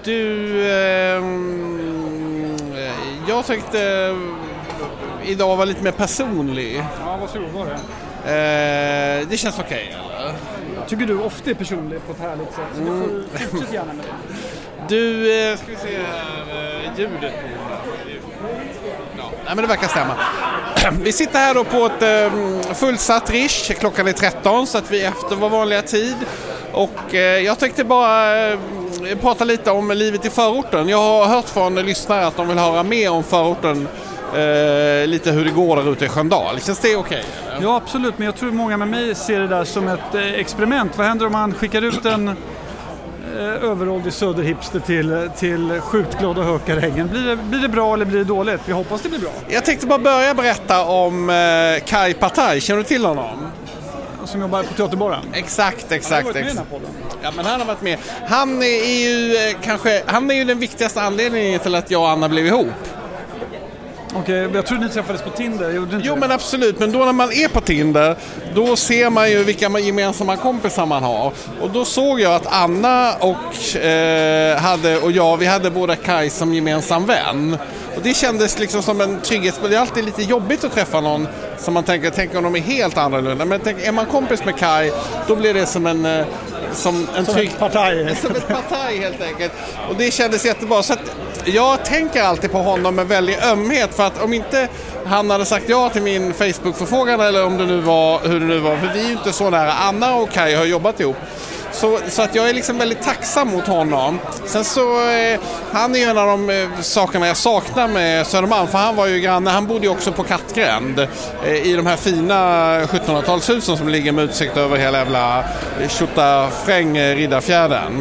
Jag tänkte idag var lite mer personlig. Ja, vad så var det? Det känns okej, eller? Tycker du ofta är personlig på ett härligt sätt? Så du får fortsätta gärna med det. Du, ska vi se här, ljudet. Ja, nej, men det verkar stämma. Vi sitter här då på ett fullsatt Rish. Klockan är 13 så att vi är efter vår vanliga tid. Och jag tänkte bara prata lite om livet i förorten. Jag har hört från lyssnare att de vill höra mer om förorten. Lite hur det går där ute i Sköndal. Känns det okej? Ja, absolut. Men jag tror många med mig ser det där som ett experiment. Vad händer om man skickar ut en överåldrig söderhipster till Skjutglad och Hökarängen? Blir det bra eller blir det dåligt? Vi hoppas det blir bra. Jag tänkte bara börja berätta om Kai Partaj. Känner du till honom? Som jobbar på Teaterbaren. Exakt. Han har varit med i den här podden. Ja, men han har varit med. Han är ju den viktigaste anledningen till att jag och Anna blev ihop. Okej, jag tror ni träffades på Tinder. Jo, men absolut. Men då när man är på Tinder, då ser man ju vilka gemensamma kompisar man har. Och då såg jag att Anna och vi hade båda Kai som gemensam vän. Och det kändes liksom som en trygghet. Det är alltid lite jobbigt att träffa någon som man tänker om de är helt annorlunda. Men är man kompis med Kai, då blir det som en trygg partaj. Som ett partaj helt enkelt. Och det kändes jättebra. Så att jag tänker alltid på honom med väldigt ömhet. För att om inte han hade sagt ja till min Facebook-förfrågan eller om det nu var hur det nu var. För vi är ju inte så nära. Anna och Kai har jobbat ihop. Så att jag är liksom väldigt tacksam mot honom. Sen så, han är ju en av de sakerna jag saknar med Södermalm. För han var ju granne, han bodde ju också på Kattgränd. I de här fina 1700-talshusen som ligger med utsikt över hela jävla Tjotafräng Riddarfjärden.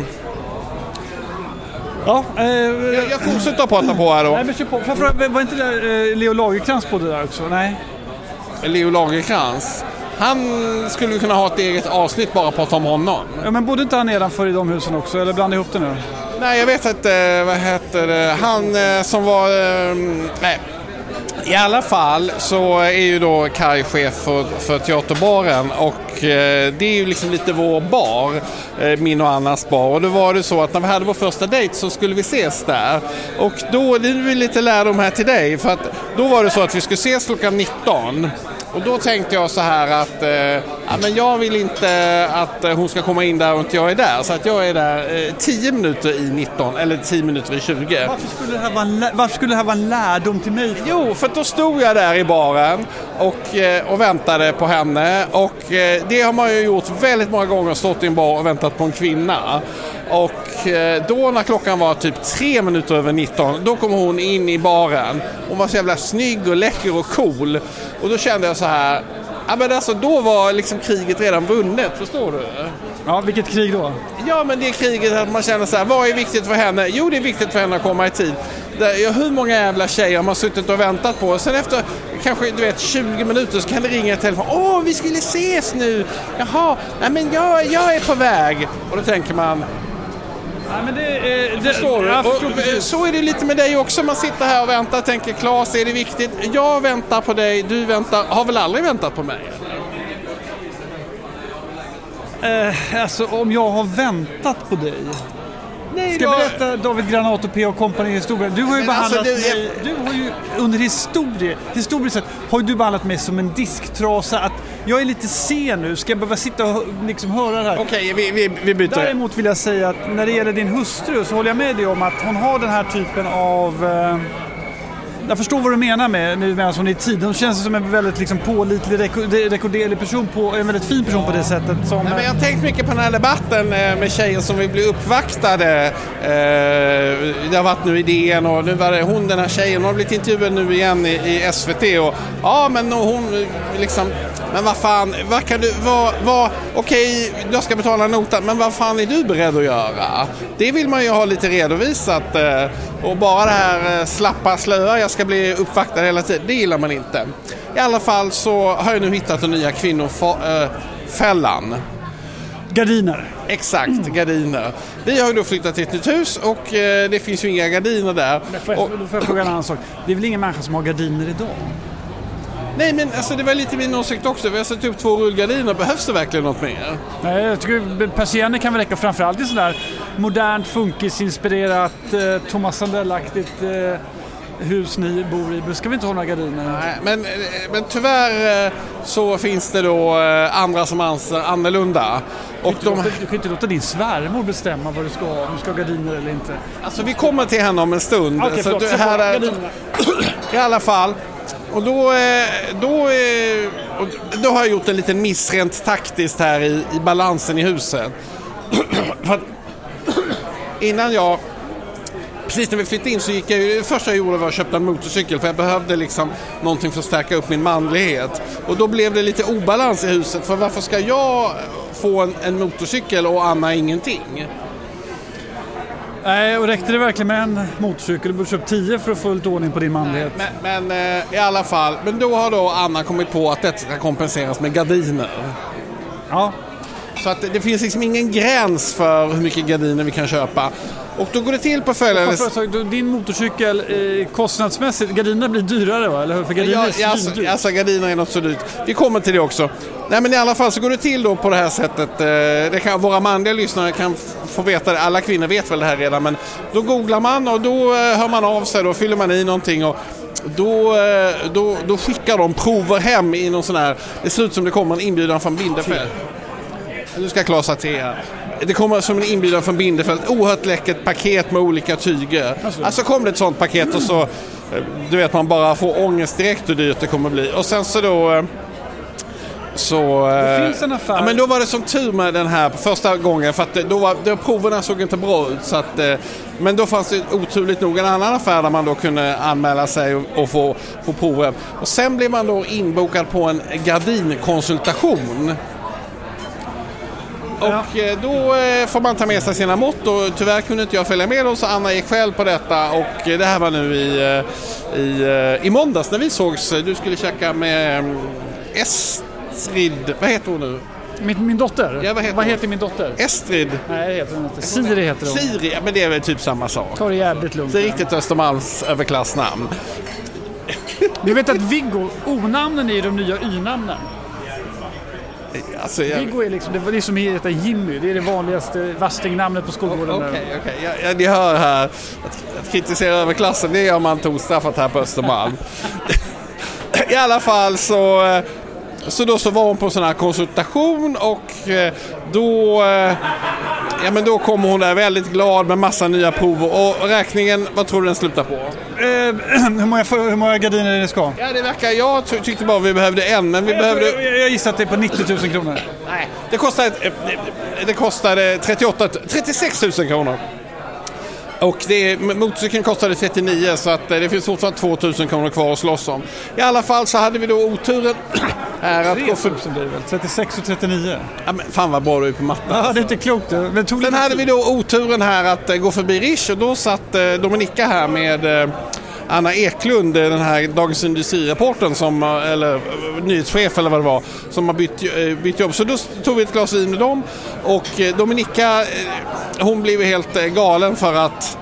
Ja, jag fortsätter att prata på här då. Nej, men kör på. Var inte det Leo Lagercrantz på det där också? Nej. Leo Lagercrantz. Han skulle kunna ha ett eget avsnitt bara på om honom. Ja, men bodde inte han nedanför i de husen också? Eller blandade ihop det nu? Nej, jag vet inte. Vad heter det? Han som var... nej. I alla fall så är ju då Kai chef för Teaterbaren. Och det är ju liksom lite vår bar. Min och Annas bar. Och då var det så att när vi hade vår första dejt så skulle vi ses där. Och då, det är lite lärdom här till dig. För att då var det så att vi skulle ses klockan 19. Och då tänkte jag så här att men jag vill inte att hon ska komma in där och inte jag är där. Så att jag är där 10 minuter i 19 eller 10 minuter i 20. Varför skulle det här vara en lärdom till mig? Jo, för då stod jag där i baren och väntade på henne. Och det har man ju gjort väldigt många gånger, stått i en bar och väntat på en kvinna. Och då när klockan var typ 3 minuter över 19, då kom hon in i baren. Hon var så jävla snygg och läcker och cool. Och då kände jag så här, ja men alltså då var liksom kriget redan vunnet, förstår du? Ja, vilket krig då? Ja, men det är kriget att man känner så här, vad är viktigt för henne? Jo, det är viktigt för henne att komma i tid. Hur många jävla tjejer har man suttit och väntat på? Sen efter kanske 20 minuter så kan det ringa i telefon. Vi skulle ses nu. Jaha, nej men jag är på väg. Och då tänker man... Nej, men så är det lite med dig också. Man sitter här och väntar och tänker, Claes, är det viktigt? Jag väntar på dig, du väntar. Har väl aldrig väntat på mig? Alltså, om jag har väntat på dig... Nej, ska jag berätta David Granat och P.A. Company historia? Du har ju behandlat mig... Du har ju under historiskt sett har du behandlat mig som en disktrasa. Att jag är lite sen nu. Ska jag behöva sitta och liksom höra det här? Okej, vi byter. Däremot vill jag säga att när det gäller din hustru så håller jag med dig om att hon har den här typen av... Jag förstår vad du menar med nu medan hon är i tid. Hon känns som en väldigt liksom pålitlig, rekorderlig person, en väldigt fin person på det sättet. Som... Nej, men jag har tänkt mycket på den här debatten med tjejer som vill bli uppvaktade. Det har varit nu i DN och nu var det hon, den här tjejen, hon har blivit intervjuad nu igen i SVT och ja, men hon liksom, men vad fan, vad kan du, okej, jag ska betala notan, men vad fan är du beredd att göra? Det vill man ju ha lite redovisat och bara det här slappa slöa, jag ska bli uppvaktad hela tiden, det gillar man inte. I alla fall så har jag nu hittat den nya kvinnofällan. Gardiner. Exakt, gardiner. Vi har ju då flyttat till ett nytt hus och det finns ju inga gardiner där. Då får jag fråga en annan sak. Det är väl ingen människa som har gardiner idag? Nej, men alltså, det var lite min åsikt också. Vi har satt upp 2 rullgardiner. Behövs det verkligen något mer? Nej, jag tycker persienner kan väl räcka, framförallt i sådär modernt, funkisinspirerat, Thomas Sandell-aktigt hus ni bor i. Ska vi inte ha några gardiner? Nej, men tyvärr så finns det då andra som anser annorlunda. Och Du kan inte låta din svärmor bestämma vad du ska ha, om du ska ha gardiner eller inte. Alltså vi kommer till henne om en stund. Okej, så förlåt, här är, i alla fall. Och då har jag gjort en liten miss rent taktiskt här i balansen i huset. För att innan jag... Precis när vi flyttade in så gick jag ju... Det första jag gjorde var att köpa en motorcykel, för jag behövde liksom någonting för att stärka upp min manlighet. Och då blev det lite obalans i huset. För varför ska jag få en motorcykel och Anna ingenting? Nej, och räckte det verkligen med en motorcykel? Du borde köpa 10 för att få lite ordning på din manlighet. Men i alla fall. Men då har då Anna kommit på att det ska kompenseras med gardiner. Ja. Så att det finns liksom ingen gräns för hur mycket gardiner vi kan köpa. Och då går det till på följande... Din motorcykel kostnadsmässigt, gardinerna blir dyrare, va? Eller hur? För gardiner är svindyrt. Alltså gardiner är något så dyrt. Vi kommer till det också. Nej, men i alla fall så går det till då på det här sättet. Våra manliga lyssnare kan få veta det. Alla kvinnor vet väl det här redan. Men då googlar man och då hör man av sig. Då fyller man i någonting och då skickar de prover hem i någon sån här... Det ser ut som det kommer en inbjudan från Bindefeld. Nu ska jag klasa till här. Det kommer som en inbjudan från Bindefeld. Oerhört läckert paket med olika tyger. Alltså kom det ett sånt paket och så... Du vet, man bara får ångest direkt hur dyrt det kommer bli. Och sen så då... det finns en affär. Ja, men då var det som tur med den här första gången. För att då proverna såg inte bra ut. Så att, men då fanns det oturligt nog en annan affär där man då kunde anmäla sig och få prover. Och sen blev man då inbokad på en gardinkonsultation. Och då får man ta med sig sina mått och tyvärr kunde inte jag följa med, och så Anna gick själv på detta, och det här var nu i måndags när vi sågs. Du skulle käka med Estrid, vad heter hon nu? Min dotter? Ja, vad heter min dotter? Estrid? Nej, det heter hon inte. Siri heter hon. Siri, ja, men det är väl typ samma sak. Ta det jävligt lugnt. Det är riktigt Östermalms överklassnamn. Du vet att Viggo, O-namnen är ju de nya Y-namnen. Alltså, Viggo är liksom, det är som heter Jimmy. Det är det vanligaste värstingnamnet på skolgården. Okej. Ni hör här att kritisera överklassen, det gör man ostraffat här på Östermalm. I alla fall så var hon på sån här konsultation, och då kommer hon där väldigt glad med massa nya prover, och räkningen, vad tror du den slutar på? Hur många gardiner det ska? Ja, det verkar, jag tyckte bara vi behövde en, men jag gissar att det är på 90 000 kronor. Nej, det kostade 36 000 kronor. Och motorcykeln kostade 39, så att det finns fortfarande 2 000 kronor kvar att slåss om. I alla fall så hade vi då oturen här att gå för... 36 och 39. Ja, men fan vad bra du är på matten. Ja, det är inte klokt. Sen hade vi då oturen här att gå förbi Rish, och då satt Dominika här med Anna Eklund, den här Dagens Industri-rapporten eller nyhetschef eller vad det var, som har bytt jobb. Så då tog vi ett glas vin med dem, och Dominika, hon blev helt galen för att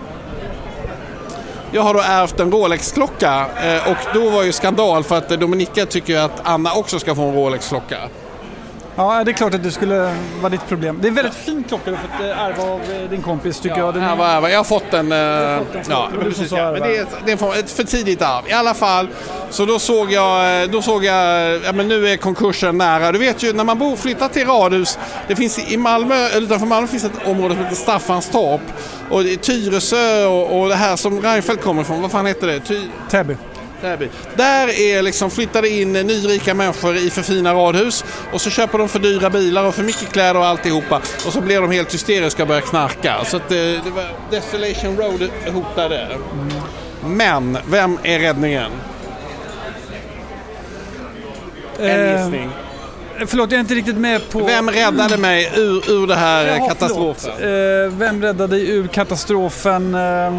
jag har då ärvt en Rolex-klocka, och då var ju skandal för att Dominika tycker att Anna också ska få en Rolex-klocka. Ja, det är klart att det skulle vara ditt problem. Det är en väldigt fin klocka du har fått ärva av din kompis, tycker jag. Jag har fått en... ja, precis, men det är ett för tidigt arv. I alla fall, så då såg jag ja, men nu är konkursen nära. Du vet ju, när man flyttar till radhus, det finns i Malmö, utanför Malmö finns ett område som heter Staffanstorp, och Tyresö och det här som Reinfeldt kommer ifrån. Vad fan heter det? Täby. Där är liksom flyttade in nyrika människor i för fina radhus, och så köper de för dyra bilar och för mycket kläder och alltihopa, och så blir de helt hysteriska och börjar knarka. Så att det var Desolation Road hotade. Men vem är räddningen? En gissning. Förlåt, jag är inte riktigt med på... Vem räddade mig ur det här katastrofen? Vem räddade dig ur katastrofen?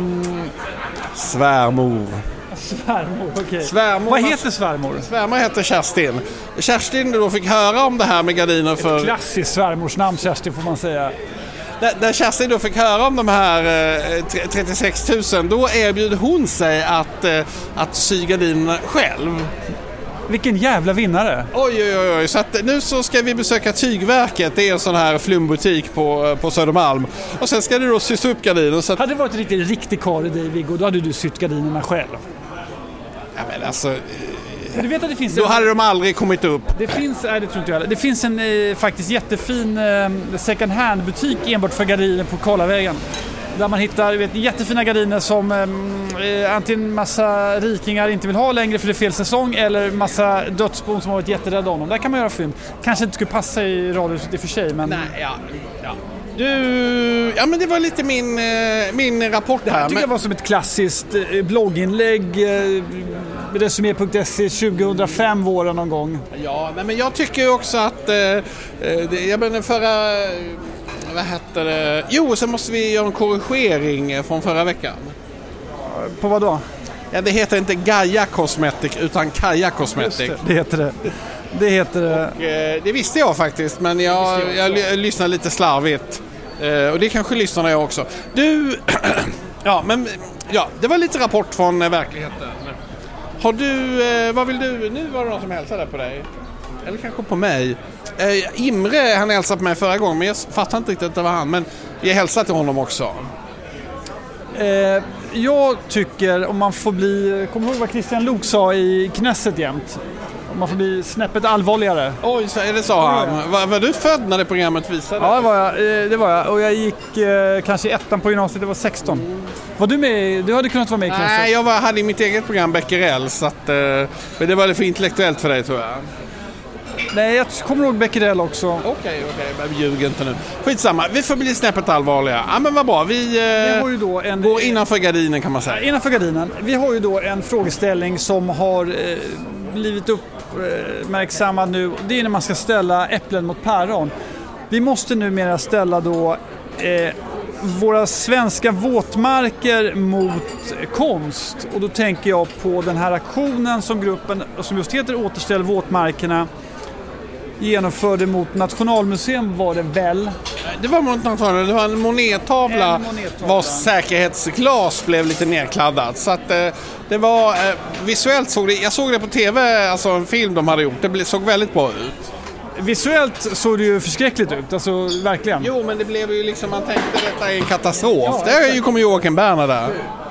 Svärmor, okej. Svärmor, vad heter svärmor? Svärmor heter Kerstin. Kerstin då fick höra om det här med gardiner för... Ett klassiskt svärmorsnamn, Kerstin, får man säga. När Kerstin då fick höra om de här 36 000, då erbjöd hon sig att sy gardinerna själv. Vilken jävla vinnare. Oj. Så att nu så ska vi besöka Tygverket. Det är en sån här flumbutik på Södermalm. Och sen ska det då sys upp gardiner. Så att... Hade det varit en riktig karl i dig, Viggo, då hade du sytt gardinerna själv. Ja, men alltså... Du vet att det finns då hade de aldrig kommit upp. Det finns, det tror inte jag. Det finns en faktiskt jättefin second hand butik enbart för gardiner på Karlavägen. Där man hittar jättefina gardiner som antingen massa rikingar inte vill ha längre för det är fel säsong, eller massa dödsbon som har varit jätterädda om dem. Där kan man göra fynd. Kanske inte skulle passa i radiohuset i och för sig, men... Nej, ja. Ja, men det var lite min rapport här. Jag tycker det var som ett klassiskt blogginlägg, resumé.se 2005 våren någon gång. Ja, men jag tycker också att jag menar förra... Vad heter det? Jo, så måste vi göra en korrigering från förra veckan. På vad då? Ja, det heter inte Gaia Cosmetic utan Kaja Cosmetic. Det heter det. Det heter det. Och, det visste jag faktiskt, men jag lyssnade lite slarvigt. Och det kanske lyssnar jag också. Du, det var lite rapport från verkligheten. Har du, vad vill du? Nu var det någon som hälsade på dig. Eller kanske på mig. Imre, han hälsade på mig förra gången, men jag fattar inte riktigt att det var han. Men jag hälsade till honom också. Jag tycker, om man får bli... Kommer du ihåg vad Christian Luuk sa i Knesset jämt? Om man får bli snäppet allvarligare. Oj, det sa han. Var du född när det programmet visade? Ja, det var jag. Och jag gick kanske ettan på gymnasiet, det var 16. Var du med? Du hade kunnat vara med i Knesset? Nej, jag hade i mitt eget program Becquerel, så att, men det var lite för intellektuellt för dig, tror jag. Nej, jag kommer ihåg Becquerel också. Okej, jag ljuger inte nu. Skitsamma, vi får bli snäppet allvarliga. Ja, men vad bra, vi har ju då går innanför gardinen, kan man säga. Innanför gardinen. Vi har ju då en frågeställning som har blivit uppmärksammad nu. Det är när man ska ställa äpplen mot päron. Vi måste numera ställa då våra svenska våtmarker mot konst. Och då tänker jag på den här aktionen som gruppen, som just heter Återställ våtmarkerna, genomförde mot Nationalmuseum, var det väl? Det var mot Nationalmuseum, det var en monettavla vars säkerhetsglas blev lite nedkladdat. Så att det var visuellt jag såg det på tv, alltså en film de hade gjort, det såg väldigt bra ut. Visuellt såg det ju förskräckligt ut, alltså verkligen. Jo, men det blev ju liksom, man tänkte detta är en katastrof. Ja, där kommer Joakim Berner där.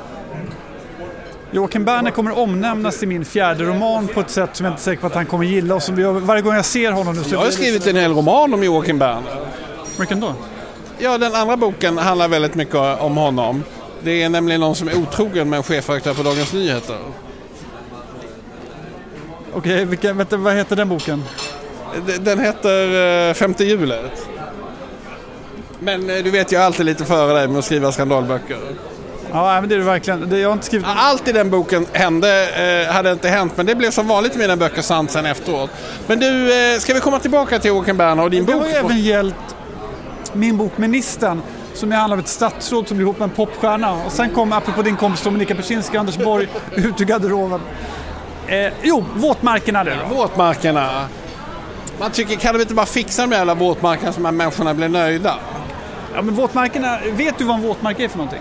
Joakim Berner kommer omnämnas i min 4:e roman på ett sätt som jag inte är säker på att han kommer gilla. Och som varje gång jag ser honom nu så... Jag har skrivit en hel roman om Joakim Berner. Vilken då? Ja, den andra boken handlar väldigt mycket om honom. Det är nämligen någon som är otrogen med en chefredaktör på Dagens Nyheter. Okej, vad heter den boken? Den heter Femte hjulet. Men du vet, jag är alltid lite före dig med att skriva skandalböcker. Ja, men det är det verkligen. Jag har inte skrivit... Allt i den boken hade inte hänt, men det blev som vanligt med den böcker sant sen efteråt. Men du, ska vi komma tillbaka till Joakim Berner och din bok? Det har även gällt min bok Ministern, som handlar om ett statsråd som blir ihop med en popstjärna. Och sen kom, apropå din kompis Dominika Persinski, Anders Borg, ut ur garderoben. Våtmarkerna då. Våtmarkerna. Man tycker, kan de inte bara fixa de jävla våtmarkerna så att människorna blir nöjda? Ja, men våtmarkerna, vet du vad en våtmark är för någonting?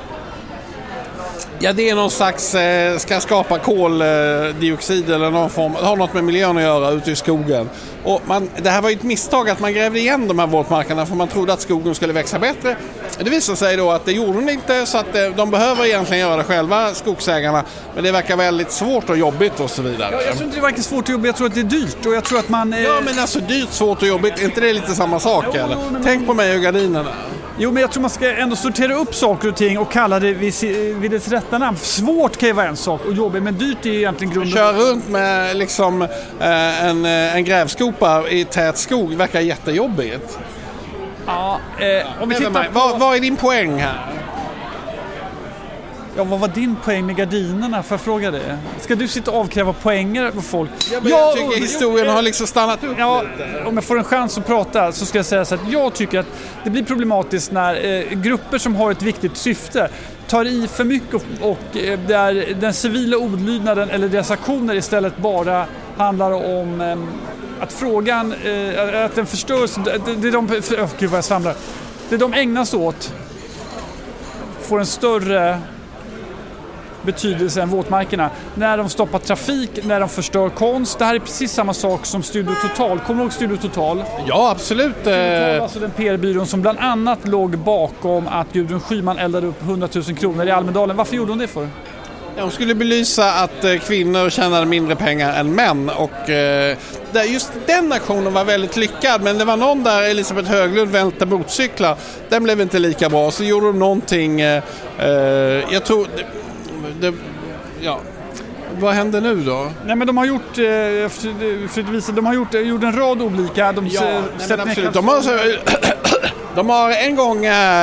Ja, det är någon slags, ska skapa koldioxid eller någon form, har något med miljön att göra ute i skogen. Och det här var ju ett misstag att man grävde igen de här våtmarkerna för man trodde att skogen skulle växa bättre. Det visade sig då att det gjorde de inte, så att de behöver egentligen göra det själva, skogsägarna. Men det verkar väldigt svårt och jobbigt och så vidare. Ja, jag tror inte det verkar svårt och jobbigt, jag tror att det är dyrt och jag tror att man... Ja, men alltså dyrt, svårt och jobbigt, är inte det lite samma sak eller? Tänk på mig och gardinerna. Jo, men jag tror man ska ändå sortera upp saker och ting och kalla det vid dess rätta namn. Svårt kan ju vara en sak och jobbigt, men dyrt är egentligen grunden. Kör runt med liksom en grävskopa i tät skog verkar jättejobbigt. Ja, om vi tittar på... Vad är din poäng här? Ja, vad var din poäng med gardinerna? Får jag fråga det? Ska du sitta och avkräva poänger på folk? Jag tycker historien har liksom stannat upp lite. Om jag får en chans att prata så ska jag säga så att jag tycker att det blir problematiskt när grupper som har ett viktigt syfte tar i för mycket och där den civila olydnaden eller deras aktioner istället bara handlar om att frågan, att den förstörs, det de ägnas åt får en större betydelse än våtmarkerna. När de stoppar trafik, när de förstör konst. Det här är precis samma sak som Studio Total. Kommer du ihåg Studio Total? Ja, absolut. Studio Total, alltså den PR-byrån som bland annat låg bakom att Gudrun Schyman eldade upp 100 000 kronor i Almedalen. Varför gjorde hon det för? De skulle belysa att kvinnor tjänade mindre pengar än män och just den aktionen var väldigt lyckad, men det var någon där, Elisabeth Höglund, välte motorcyklar. Den blev inte lika bra, så gjorde de någonting, jag tror vad händer nu då? Nej, men de har gjort gjort en rad olika, de har en gång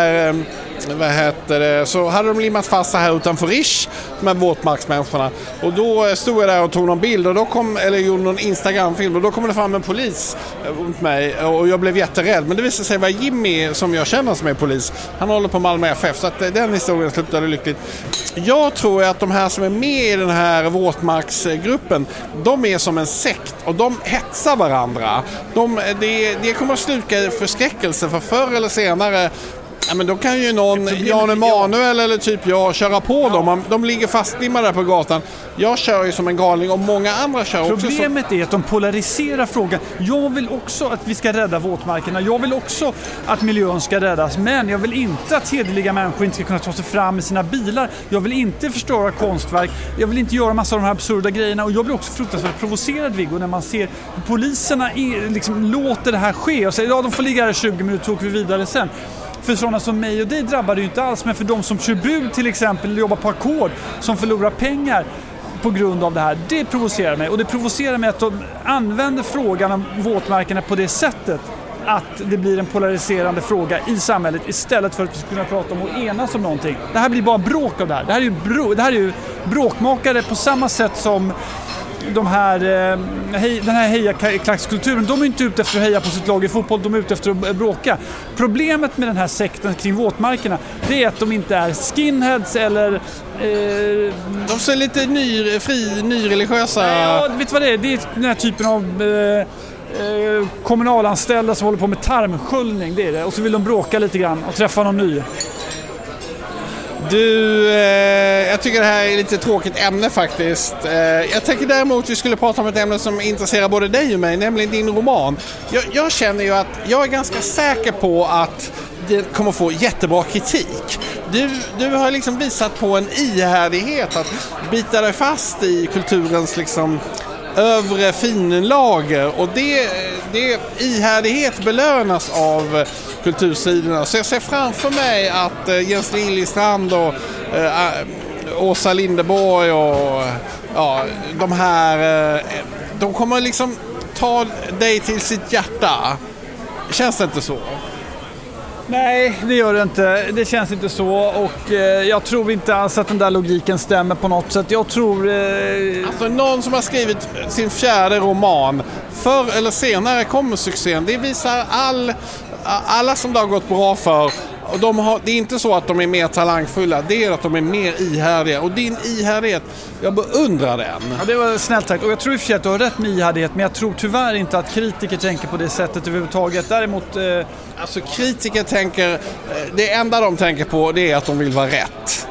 så hade de limmat fast så här utanför Rish med våtmarksmänniskorna, och då stod jag där och tog någon bild och då gjorde någon Instagram-film och då kom det fram en polis mot mig och jag blev jätterädd, men det visade sig vara Jimmy som jag känner som är polis. Han håller på Malmö FF, så att den historien slutade lyckligt. Jag tror att de här som är med i den här våtmarksgruppen, de är som en sekt och de hetsar varandra. Det kommer att sluka förskräckelse, för förr eller senare. Ja, men då kan ju någon, Jan Emanuel eller typ jag, köra på dem. De ligger fastlimmade där på gatan. Jag kör ju som en galning och många andra kör också. Problemet är att de polariserar frågan. Jag vill också att vi ska rädda våtmarkerna. Jag vill också att miljön ska räddas. Men jag vill inte att hederliga människor inte ska kunna ta sig fram med sina bilar. Jag vill inte förstöra konstverk. Jag vill inte göra massa av de här absurda grejerna. Och jag blir också fruktansvärt provocerad, Viggo, när man ser poliserna låter det här ske. Och säger, ja, de får ligga här 20 minuter och åker vi vidare sen. För sådana som mig och dig drabbar det ju inte alls, men för de som kör bud till exempel eller jobbar på ackord, som förlorar pengar på grund av det här, det provocerar mig. Och det provocerar mig att de använder frågan om våtmarkerna på det sättet att det blir en polariserande fråga i samhället istället för att vi ska kunna prata om att enas om någonting. Det här blir bara bråk av det här. Det här är ju bråkmakare på samma sätt som den här hejaklackskulturen. De är inte ute efter att heja på sitt lag i fotboll, de är ute efter att bråka. Problemet med den här sekten kring våtmarkerna, det är att de inte är skinheads eller de ser lite nyreligiösa. Ja, vet du vad det är? Det är den här typen av kommunalanställda som håller på med tarmsköljning, det är det. Och så vill de bråka lite grann och träffa någon ny. Jag tycker det här är lite tråkigt ämne faktiskt. Jag tänker däremot att vi skulle prata om ett ämne som intresserar både dig och mig, nämligen din roman. Jag känner ju att jag är ganska säker på att det kommer få jättebra kritik. Du har liksom visat på en ihärdighet att bita dig fast i kulturens liksom övre finlager, och det ihärdighet belönas av kultursidorna. Så jag ser framför mig att Jens Liljestrand och Åsa Linderborg och de här, de kommer liksom ta dig till sitt hjärta. Känns det inte så? Nej, det gör det inte. Det känns inte så, och jag tror inte alls att den där logiken stämmer på något sätt. Jag tror... Alltså någon som har skrivit sin 4:e roman, förr eller senare kommer succén. Det visar alla som det har gått bra för. Och det är inte så att de är mer talangfulla, det är att de är mer ihärdiga. Och din ihärdighet, jag beundrar den. Ja, det var snällt sagt. Och jag tror i och för sig att du har rätt med ihärdighet, men jag tror tyvärr inte att kritiker tänker på det sättet överhuvudtaget. Däremot... Alltså kritiker tänker, det enda de tänker på, det är att de vill vara rätt.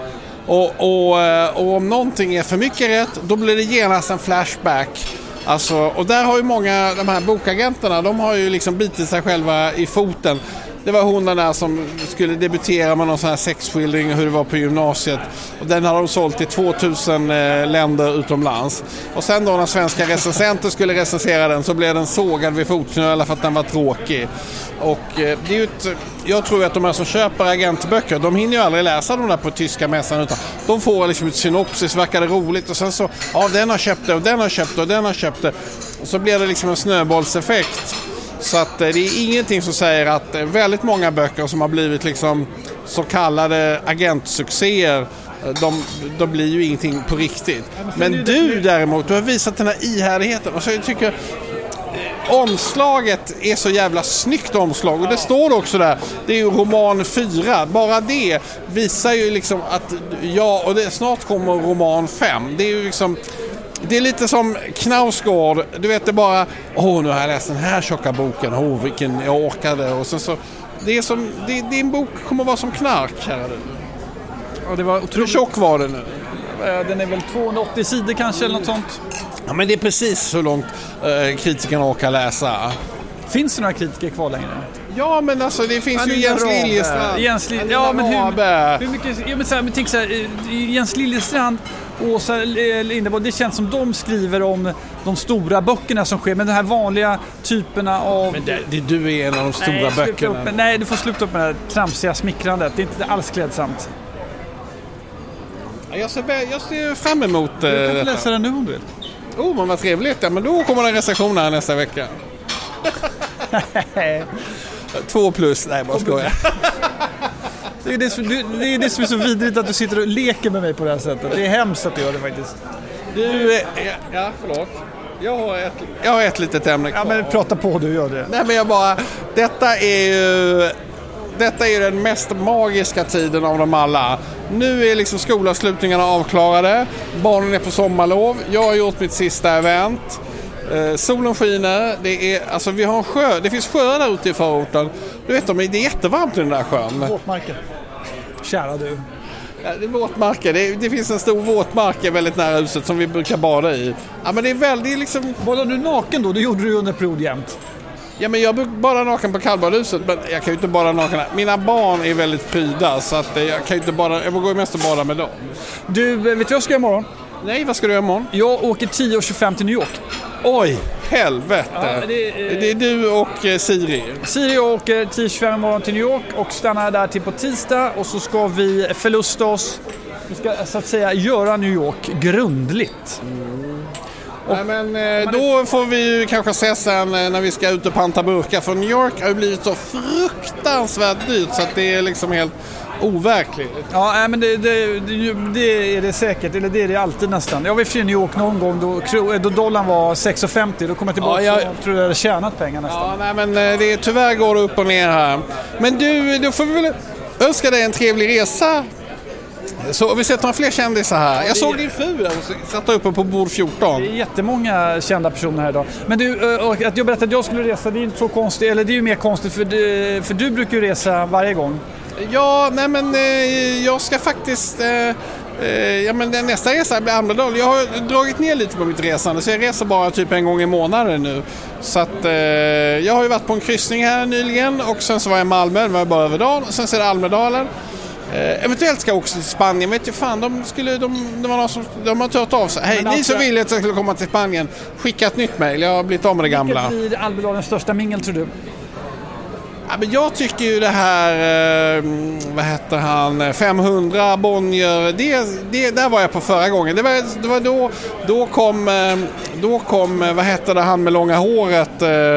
Och om någonting är för mycket rätt, då blir det genast en flashback. Alltså, och där har ju många, de här bokagenterna, de har ju liksom bitit sig själva i foten. Det var hon där som skulle debutera med någon sån här sexskildring hur det var på gymnasiet. Och den hade de sålt till 2000 länder utomlands. Och sen då när svenska recensenter skulle recensera den så blev den sågad vid fotknölarna för att den var tråkig. Och det är ju jag tror att de här som köper agentböcker, de hinner ju aldrig läsa de där på tyska mässan, utan de får liksom ett synopsis, verkar det roligt, och sen så, ja, den har köpt det och den har köpt det och den har köpt det. Och så blir det liksom en snöbollseffekt. Så att det är ingenting som säger att väldigt många böcker som har blivit liksom så kallade agentsuccéer, de blir ju ingenting på riktigt. Men du däremot, du har visat den här ihärdigheten, och så jag tycker omslaget är så jävla snyggt omslag, och det står också där, det är ju roman 4, bara det visar ju liksom att och det snart kommer roman 5. Det är ju liksom, det är lite som Knausgård, du vet, det bara nu har jag läst den här tjocka boken, vilken jag orkade, och sen så det är som, din bok kommer vara som knark, kära du. Ja, det var otroligt. Hur tjock var det nu? Den är väl 280 sidor kanske eller något sånt. Ja, men det är precis så långt kritikerna orkar läsa. Finns det några kritiker kvar längre? Ja, men alltså det finns ju Jens Liljestrand. Ja, men hur mycket... Ja, men så här, tänk så här, Jens Liljestrand och Åsa Linderborg, det känns som de skriver om de stora böckerna som sker, men de här vanliga typerna av... Men du är en av de stora böckerna. Nej, du får sluta upp med det här tramsiga smickrandet. Det är inte alls klädsamt. Jag ser fram emot du kan läsa den nu om du vill. Men vad trevligt. Ja, men då kommer det en recension här nästa vecka. 2+. Nej, bara skojar. Det är det som är så vidrigt, att du sitter och leker med mig på det här sättet. Det är hemskt att du gör det faktiskt. Ja, förlåt. Jag har ett litet ämne kvar. Ja, men prata på, du gör det. Nej, men detta är ju den mest magiska tiden av dem alla. Nu är liksom skolavslutningarna avklarade. Barnen är på sommarlov. Jag har gjort mitt sista event. Solen skiner. Vi har en sjö. Det finns sjöar där ute i förorten. Du vet, det är jättevarmt i den där sjön. Våtmarker. Kära du. Ja, det är våtmarker. Det finns en stor våtmark väldigt nära huset som vi brukar bada i. Ja, men det är väldigt liksom... Badar du naken då? Det gjorde du under period jämt. Ja, men jag badar naken på kallbadhuset, men jag kan ju inte bada naken. Mina barn är väldigt pryda, så att jag kan ju inte bada. Jag går mest och bada med dem. Du, vet du vad jag ska göra imorgon? Nej, vad ska du göra imorgon? Jag åker 10:25 till New York. Oj, helvete. Ja, det är du och Siri. Siri åker 10:25 imorgon till New York och stannar där till på tisdag. Och så ska vi förlusta oss. Vi ska så att säga göra New York grundligt. Nej, men då får vi ju kanske se sen när vi ska ut och panta burkar. För New York har ju blivit så fruktansvärt dyrt så att det är liksom helt overkligt. Ja, men det är det säkert. Eller det är det alltid nästan. Jag var i New York någon gång då dollarn var 6,50. Då kom jag tillbaka och tror jag hade tjänat pengar nästan. Ja, nej, men tyvärr går det upp och ner här. Men då får vi väl önska dig en trevlig resa. Så vi sett några fler kändisar här. Jag såg din fru där och satt uppe på bord 14. Det är jättemånga kända personer här idag. Men du, att jag berättade att jag skulle resa, det är inte så konstigt. Eller det är ju mer konstigt för du brukar ju resa varje gång. Ja, nej men jag ska faktiskt... men nästa resa blir Almedal. Jag har dragit ner lite på mitt resande, så jag reser bara typ en gång i månaden nu. Så att jag har ju varit på en kryssning här nyligen och sen så var jag i Malmö, det var bara över dagen, och sen så är det Almedalen. Eventuellt ska jag också till Spanien. Vet du fan, de var någon som de har tagit av sig. Hej, ni som vill att jag skulle komma till Spanien, skicka ett nytt mejl. Jag har blivit av med det gamla. Vilket blir Almedalens största mingel, tror du? Ja, men jag tycker ju det här, vad heter han, 500 Bonnier, det där var jag på förra gången. Det var då kom vad heter det, han med långa håret,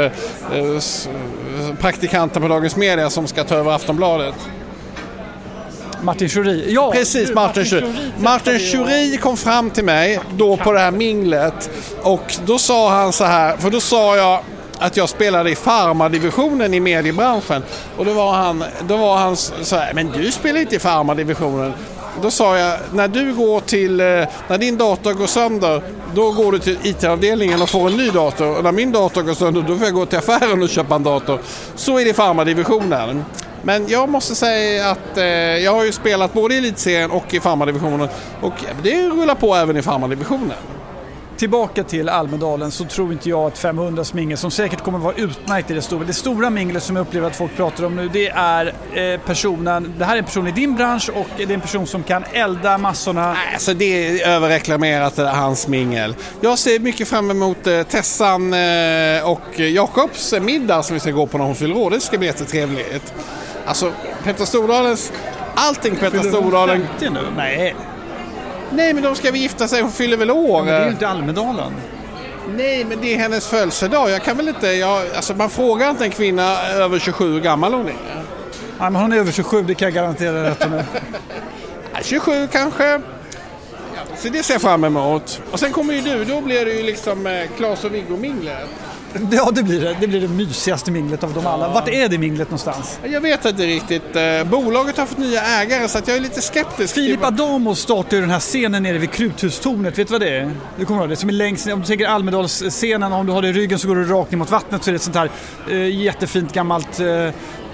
praktikanten på Dagens Media som ska ta över Aftonbladet. Martin Schuri. Ja, precis, Martin Schuri. Martin Schuri kom fram till mig då på det här minglet och då sa han så här, för då sa jag att jag spelade i farmadivisionen i mediebranschen och då var han så här, men du spelar inte i farmadivisionen. Då sa jag, när din dator går sönder, då går du till IT-avdelningen och får en ny dator. Och när min dator går sönder, då får jag gå till affären och köpa en dator. Så är det i farmadivisionen. Men jag måste säga att jag har ju spelat både i elitserien och i farmadivisionen. Och det rullar på även i farmadivisionen. Tillbaka till Almedalen, så tror inte jag att 500 mingel, som säkert kommer vara utmärkt i det stora minglet som jag upplever att folk pratar om nu, det är det här är en person i din bransch och det är en person som kan elda massorna. Alltså det är överreklamerat, hans mingel. Jag ser mycket fram emot Tessan och Jakobs middag som vi ska gå på när hon fyller år. Det ska bli jättetrevligt. Alltså Petter Stordalens, allting Petter Stordalen. Nu? Nej, men de ska vi gifta sig och fyller väl år. Ja, men det är ju inte Almedalen. Nej, men det är hennes födelsedag. Jag kan väl inte... man frågar inte en kvinna över 27 gammal hon är. Nej, men hon är över 27, det kan jag garantera rätt med. 27 kanske. Så det ser jag fram emot. Och sen kommer ju du, då blir det ju liksom Claes och Viggo-minglet. Ja, det blir det mysigaste minglet av dem alla. Vart är det minglet någonstans? Jag vet inte riktigt. Bolaget har fått nya ägare så att jag är lite skeptisk. Filip Adamo startar ju den här scenen nere vid Kruthustornet. Vet du vad det är? Du kommer ihåg det som är längst ner. Om du tänker Almedalsscenen, om du har det i ryggen så går du rakt ner mot vattnet, så är det ett sånt här jättefint gammalt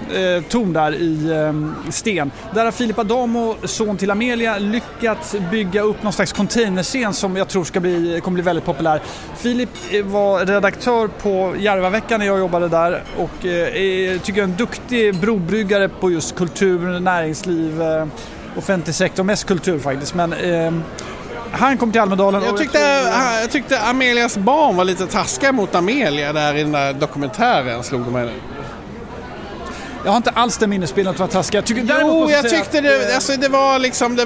torn där i sten. Där har Filip Adamo, son till Amelia, lyckats bygga upp någon slags containerscen som jag tror kommer bli väldigt populär. Filip var redaktör på Järvaveckan när jag jobbade där och tycker jag är en duktig brobryggare på just kultur, näringsliv, offentlig sektor, mest kultur faktiskt. Men han kom till Almedalen. Jag tyckte Amelias barn var lite taskiga mot Amelia där i den där dokumentären, slog de mig nu. Jag har inte alls den minnesbilden att det var taskiga. Jag tyckte det var liksom,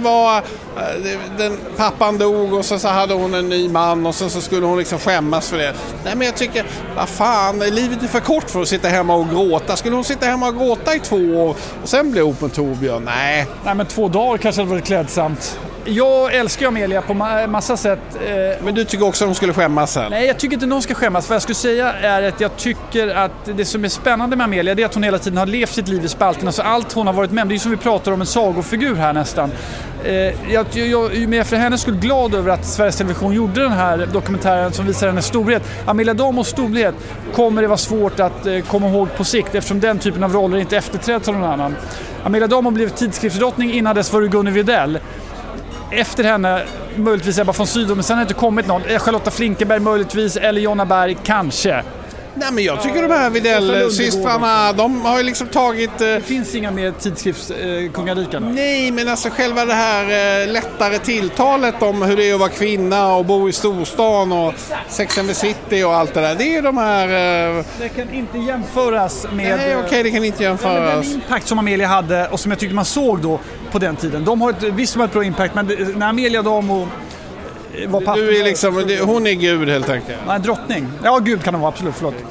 den pappan dog och så hade hon en ny man och så skulle hon liksom skämmas för det. Nej, men jag tycker, vad fan, livet är för kort för att sitta hemma och gråta. Skulle hon sitta hemma och gråta i 2 år och sen bli ihop med Torbjörn? Nej, men 2 dagar kanske hade varit klädsamt. Jag älskar Amelia på massa sätt. Men du tycker också att hon skulle skämmas sen? Nej, jag tycker inte någon ska skämmas. Vad jag skulle säga är att jag tycker att det som är spännande med Amelia är att hon hela tiden har levt sitt liv i spalterna. Så allt hon har varit med om, det är ju som vi pratar om en sagofigur här nästan. Jag är för henne skulle glad över att Sveriges Television gjorde den här dokumentären som visar hennes storhet. Amelia Adamos storhet kommer det vara svårt att komma ihåg på sikt eftersom den typen av roller inte efterträds av någon annan. Amelia Adamo blev tidskriftsdrottning, innan dess var det Gunnar Widell. Efter henne möjligtvis Ebba von Sydow, men sen har det inte kommit någon. Charlotta Flinkenberg möjligtvis, eller Jonna Berg kanske. Nej, men jag tycker de här Widell-systrarna, de har ju liksom tagit... Det finns inga mer tidskriftskungariken. Nej, men alltså själva det här lättare tilltalet om hur det är att vara kvinna och bo i storstan och Sex and the City och allt det där. Det är de här... Det kan inte jämföras med... Nej, okej, det kan inte jämföras. Den impact som Amelia hade och som jag tyckte man såg då på den tiden. De har visst ett bra impact, men när Amelia Adamo... Du är liksom, hon är gud helt enkelt. Nej, drottning. Ja, gud kan hon vara, absolut, förlåt.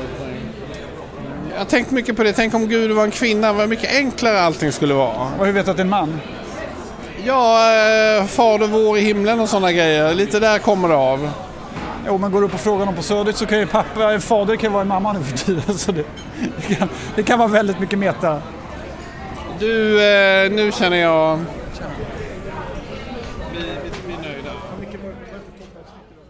Jag har tänkt mycket på det. Tänk om Gud var en kvinna, vad mycket enklare allting skulle vara. Och hur vet du att det är en man? Ja, fader vår i himlen och sådana grejer. Lite där kommer det av. Jo, men går du på frågan om på Södret så kan ju en fader kan vara en mamma nu för tiden. Så det kan vara väldigt mycket meta. Du, nu känner jag... Vi är nöjda.